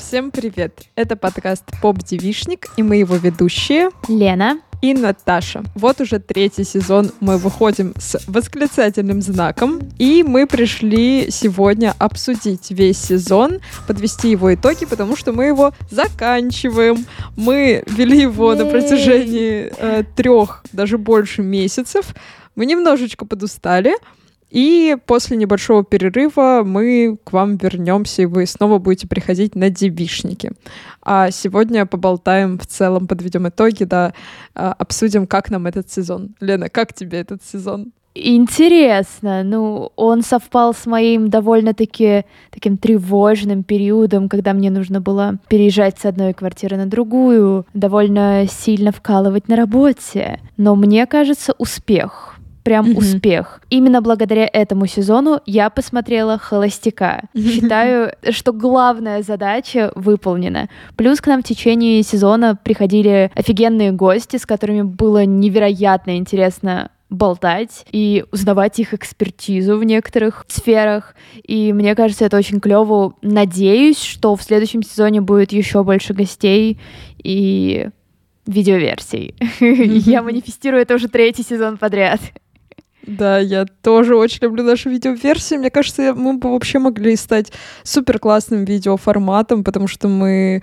Всем привет! Это подкаст «Поп-девишник», и мы его ведущие Лена и Наташа. Вот уже 3-й сезон мы выходим с восклицательным знаком, и мы пришли сегодня обсудить весь сезон, подвести его итоги, потому что мы его заканчиваем. Мы вели его на протяжении 3, даже больше месяцев. Мы немножечко подустали, и после небольшого перерыва мы к вам вернемся, и вы снова будете приходить на девишники. А сегодня поболтаем в целом, подведем итоги, обсудим, как нам этот сезон. Лена, как тебе этот сезон? Интересно. Он совпал с моим довольно-таки таким тревожным периодом, когда мне нужно было переезжать с одной квартиры на другую, довольно сильно вкалывать на работе. Но мне кажется, успех. Прям успех. Именно благодаря этому сезону я посмотрела «Холостяка». Считаю, что главная задача выполнена. Плюс к нам в течение сезона приходили офигенные гости, с которыми было невероятно интересно болтать и узнавать их экспертизу в некоторых сферах. И мне кажется, это очень клево. Надеюсь, что в следующем сезоне будет еще больше гостей и видеоверсий. Я манифестирую это уже 3-й сезон подряд. Да, я тоже очень люблю наши видеоверсии. Мне кажется, мы бы вообще могли стать супер классным видеоформатом, потому что мы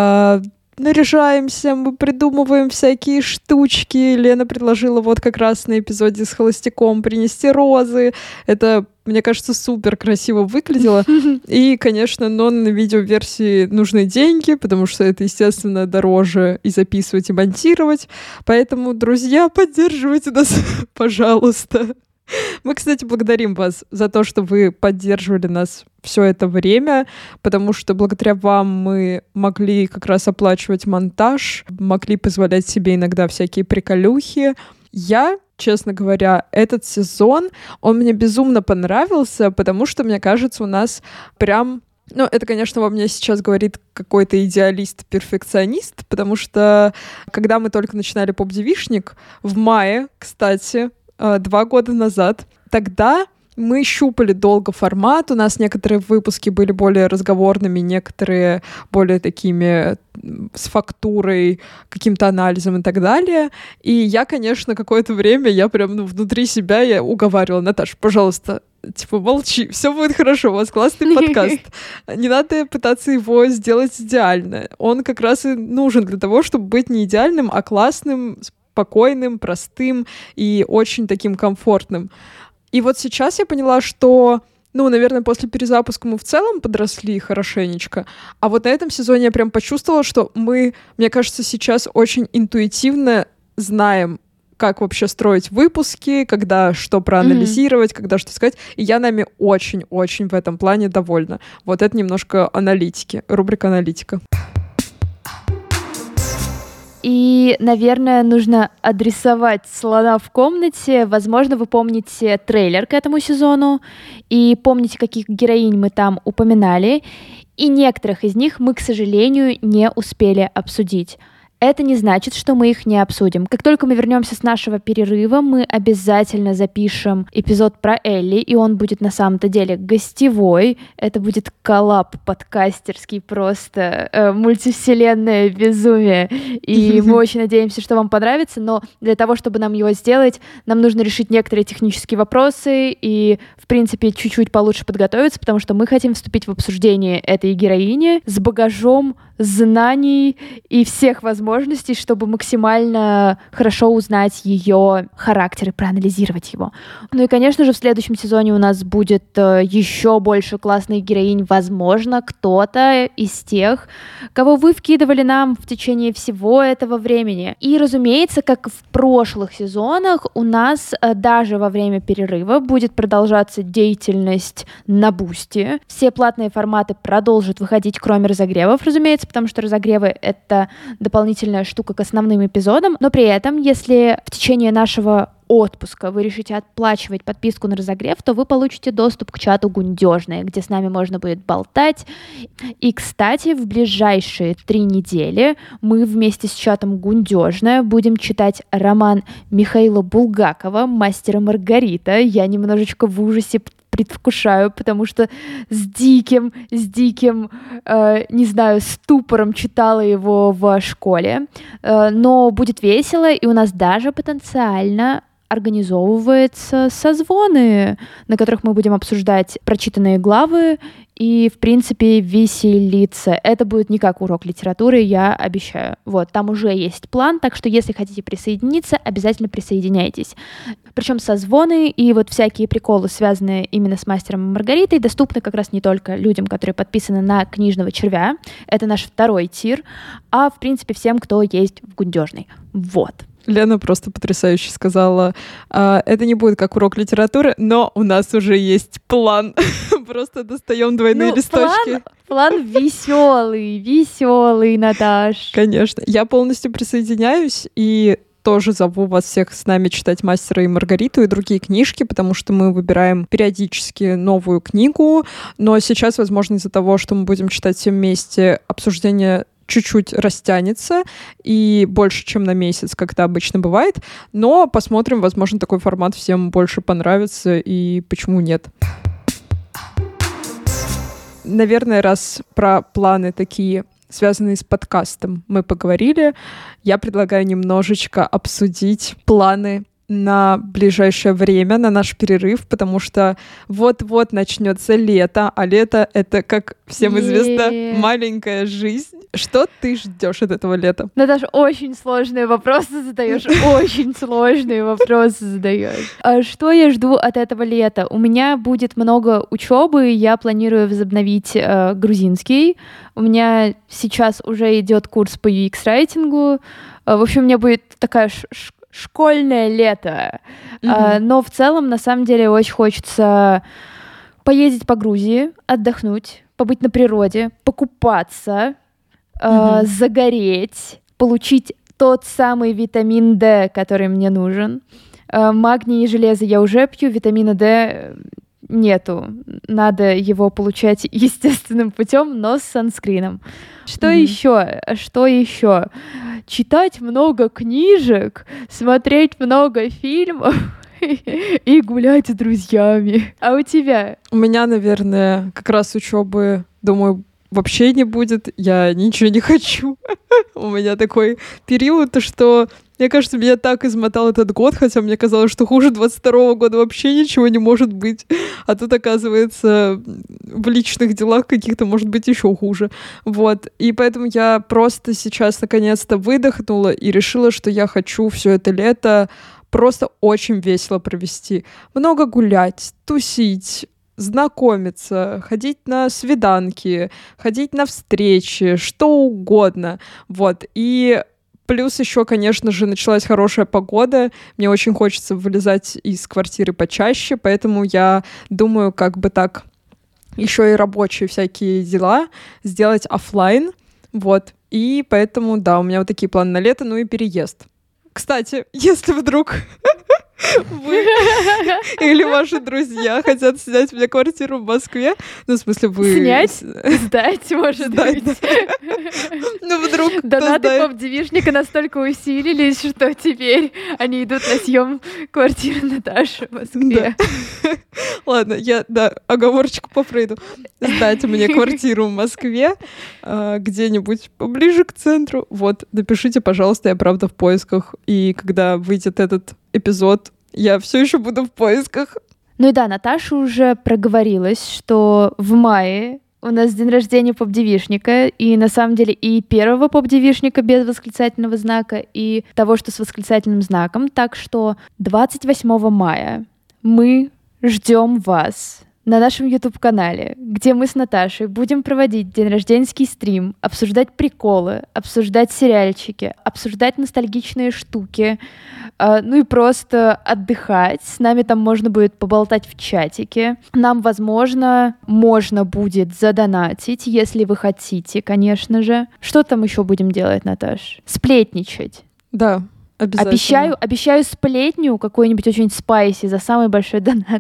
наряжаемся, мы придумываем всякие штучки. Лена предложила вот как раз на эпизоде с «Холостяком» принести розы. Это, мне кажется, супер красиво выглядело. И, конечно, но на видеоверсии нужны деньги, потому что это, естественно, дороже и записывать, и монтировать. Поэтому, друзья, поддерживайте нас, пожалуйста. Мы, кстати, благодарим вас за то, что вы поддерживали нас все это время, потому что благодаря вам мы могли как раз оплачивать монтаж, могли позволять себе иногда всякие приколюхи. Я, честно говоря, этот сезон, он мне безумно понравился, потому что, мне кажется, у нас прям... это, конечно, во мне сейчас говорит какой-то идеалист-перфекционист, потому что, когда мы только начинали «Поп-девишник», в мае, кстати, 2 года назад, тогда мы щупали долго формат, у нас некоторые выпуски были более разговорными, некоторые более такими с фактурой, каким-то анализом и так далее. И я, конечно, какое-то время, я прям внутри себя я уговаривала: Наташа, пожалуйста, молчи, все будет хорошо, у вас классный подкаст. Не надо пытаться его сделать идеально. Он как раз и нужен для того, чтобы быть не идеальным, а классным, спокойным, простым и очень таким комфортным. И вот сейчас я поняла, что, наверное, после перезапуска мы в целом подросли хорошенечко, а вот на этом сезоне я прям почувствовала, что мы, мне кажется, сейчас очень интуитивно знаем, как вообще строить выпуски, когда что проанализировать, когда что сказать, и я нами очень-очень в этом плане довольна. Вот это немножко аналитики, рубрика «Аналитика». И, наверное, нужно адресовать слона в комнате. Возможно, вы помните трейлер к этому сезону и помните, каких героинь мы там упоминали. И некоторых из них мы, к сожалению, не успели обсудить. Это не значит, что мы их не обсудим. Как только мы вернемся с нашего перерыва, мы обязательно запишем эпизод про Элли, и он будет на самом-то деле гостевой. Это будет коллаб подкастерский, просто мультивселенное безумие. И мы очень надеемся, что вам понравится, но для того, чтобы нам его сделать, нам нужно решить некоторые технические вопросы и, в принципе, чуть-чуть получше подготовиться, потому что мы хотим вступить в обсуждение этой героини с багажом знаний и всех возможностей, чтобы максимально хорошо узнать ее характер и проанализировать его. И, конечно же, в следующем сезоне у нас будет еще больше классных героинь. Возможно, кто-то из тех, кого вы вкидывали нам в течение всего этого времени. И, разумеется, как в прошлых сезонах, у нас даже во время перерыва будет продолжаться деятельность на Бусти. Все платные форматы продолжат выходить, кроме разогревов, разумеется, потому что разогревы — это дополнительная штука к основным эпизодам, но при этом, если в течение нашего отпуска вы решите отплачивать подписку на разогрев, то вы получите доступ к чату «Гундёжное», где с нами можно будет болтать. И, кстати, в ближайшие 3 недели мы вместе с чатом «Гундёжное» будем читать роман Михаила Булгакова «Мастер и Маргарита». Я немножечко в ужасе, предвкушаю, потому что с диким, не знаю, ступором читала его в школе. Но будет весело, и у нас даже потенциально организовываются созвоны, на которых мы будем обсуждать прочитанные главы и, в принципе, веселиться. Это будет не как урок литературы, я обещаю. Вот, там уже есть план, так что если хотите присоединиться, обязательно присоединяйтесь. Причем созвоны и вот всякие приколы, связанные именно с «Мастером и Маргаритой», доступны как раз не только людям, которые подписаны на «Книжного червя», это наш второй тир, а, в принципе, всем, кто есть в Гундёжной. Вот. Лена просто потрясающе сказала, это не будет как урок литературы, но у нас уже есть план. Просто достаем двойные листочки. План веселый, Наташ. Конечно. Я полностью присоединяюсь и тоже зову вас всех с нами читать «Мастера и Маргариту» и другие книжки, потому что мы выбираем периодически новую книгу, но сейчас, возможно, из-за того, что мы будем читать все вместе, обсуждение чуть-чуть растянется и больше, чем на месяц, как это обычно бывает. Но посмотрим, возможно, такой формат всем больше понравится, и почему нет. Наверное, раз про планы такие, связанные с подкастом, мы поговорили, я предлагаю немножечко обсудить планы на ближайшее время, на наш перерыв, потому что вот-вот начнется лето, а лето — это, как всем известно, маленькая жизнь. Что ты ждешь от этого лета? Наташа, очень сложные вопросы задаешь, очень сложные вопросы задаешь. А что я жду от этого лета? У меня будет много учебы, я планирую возобновить грузинский. У меня сейчас уже идет курс по UX-райтингу. В общем, у меня будет такая школьное лето. Но в целом, на самом деле, очень хочется поездить по Грузии, отдохнуть, побыть на природе, покупаться, загореть, получить тот самый витамин D, который мне нужен. Магний и железо я уже пью, витамина D нету. Надо его получать естественным путем, но с санскрином. Что еще? Читать много книжек, смотреть много фильмов и гулять с друзьями. А у тебя? У меня, наверное, как раз учебы, думаю, вообще не будет. Я ничего не хочу. У меня такой период, что, мне кажется, меня так измотал этот год, хотя мне казалось, что хуже 22-го года вообще ничего не может быть. А тут, оказывается, в личных делах каких-то может быть еще хуже. Вот. И поэтому я просто сейчас наконец-то выдохнула и решила, что я хочу все это лето просто очень весело провести. Много гулять, тусить, знакомиться, ходить на свиданки, ходить на встречи, что угодно. Вот. И плюс еще, конечно же, началась хорошая погода. Мне очень хочется вылезать из квартиры почаще, поэтому я думаю, как бы так еще и рабочие всякие дела сделать офлайн. Вот. И поэтому, да, у меня вот такие планы на лето, ну и переезд. Кстати, если вдруг вы или ваши друзья хотят снять мне квартиру в Москве, ну, в смысле, вы... Снять? Сдать, может быть. Ну, вдруг... Донаты поп-девишника настолько усилились, что теперь они идут на съем квартиры Наташи в Москве. Ладно, я, оговорочку по Фрейду. Сдать мне квартиру в Москве, где-нибудь поближе к центру. Вот, напишите, пожалуйста, я правда в поисках. И когда выйдет этот эпизод, я все еще буду в поисках. Ну и да, Наташа уже проговорилась, что в мае у нас день рождения поп-девишника, и на самом деле и первого поп-девишника без восклицательного знака, и того, что с восклицательным знаком. Так что 28 мая мы ждем вас на нашем YouTube-канале, где мы с Наташей будем проводить день рожденский стрим, обсуждать приколы, обсуждать сериальчики, обсуждать ностальгичные штуки, ну и просто отдыхать. С нами там можно будет поболтать в чатике. Нам, возможно, можно будет задонатить, если вы хотите, конечно же. Что там еще будем делать, Наташ? Сплетничать. Да, обязательно. Обещаю сплетню какую-нибудь очень спайси за самый большой донат.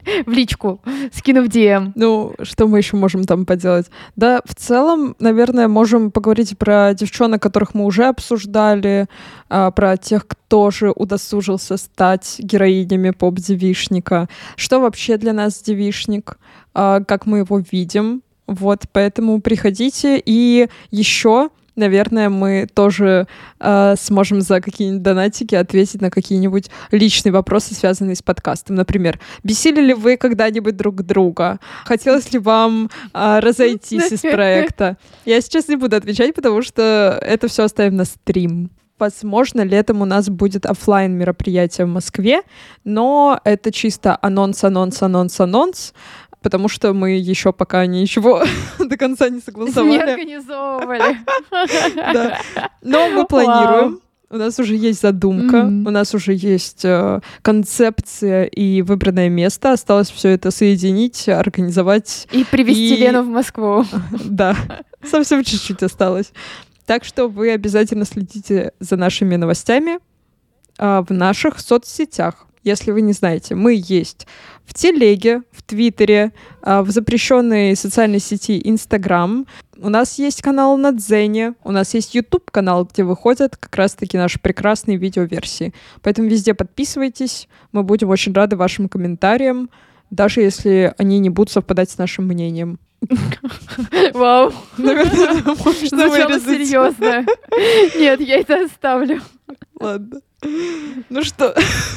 в личку, скинув DM. Ну, что мы еще можем там поделать? Да, в целом, наверное, можем поговорить про девчонок, которых мы уже обсуждали, про тех, кто же удосужился стать героинями поп-девишника. Что вообще для нас девишник? Как мы его видим? Вот, поэтому приходите. И еще, наверное, мы тоже сможем за какие-нибудь донатики ответить на какие-нибудь личные вопросы, связанные с подкастом. Например, бесили ли вы когда-нибудь друг друга? Хотелось ли вам разойтись из проекта? Я сейчас не буду отвечать, потому что это все оставим на стрим. Возможно, летом у нас будет офлайн мероприятие в Москве, но это чисто анонс, потому что мы еще пока ничего до конца не согласовали. Не организовывали. Да. Но мы планируем. У нас уже есть задумка, у нас уже есть концепция и выбранное место. Осталось все это соединить, организовать. И привезти Лену в Москву. Да, совсем чуть-чуть осталось. Так что вы обязательно следите за нашими новостями в наших соцсетях. Если вы не знаете, мы есть в Телеге, в Твиттере, в запрещенной социальной сети Инстаграм. У нас есть канал на Дзене, у нас есть YouTube-канал, где выходят как раз-таки наши прекрасные видеоверсии. Поэтому везде подписывайтесь, мы будем очень рады вашим комментариям, даже если они не будут совпадать с нашим мнением. Вау. Наверное, это можно вырезать. Серьезно. Нет, я это оставлю. Ладно. Ну что?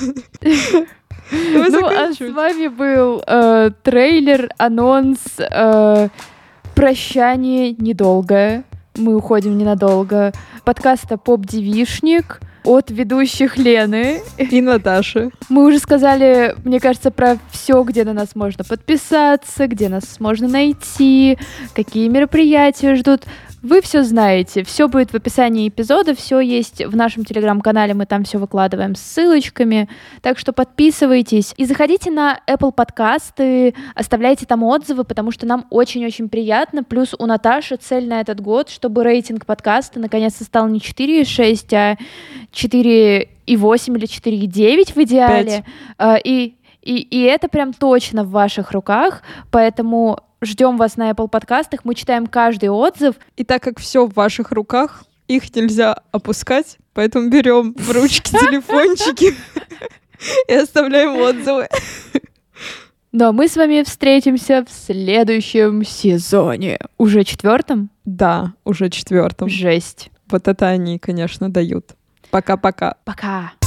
Ну, а с вами был трейлер, анонс, прощание недолгое. Мы уходим ненадолго. Подкаста «Поп-девишник» от ведущих Лены и Наташи. Мы уже сказали, мне кажется, про все, где на нас можно подписаться, где нас можно найти, какие мероприятия ждут. Вы все знаете, все будет в описании эпизода, все есть в нашем телеграм-канале, мы там все выкладываем с ссылочками, так что подписывайтесь и заходите на Apple подкасты, оставляйте там отзывы, потому что нам очень-очень приятно, плюс у Наташи цель на этот год, чтобы рейтинг подкаста наконец-то стал не 4,6, а 4,8 или 4,9 в идеале, и это прям точно в ваших руках, поэтому ждем вас на Apple подкастах, мы читаем каждый отзыв. И так как все в ваших руках, их нельзя опускать, поэтому берем в ручки телефончики и оставляем отзывы. Но мы с вами встретимся в следующем сезоне. Уже 4-м? Да, уже 4-м. Жесть. Вот это они, конечно, дают. Пока-пока. Пока.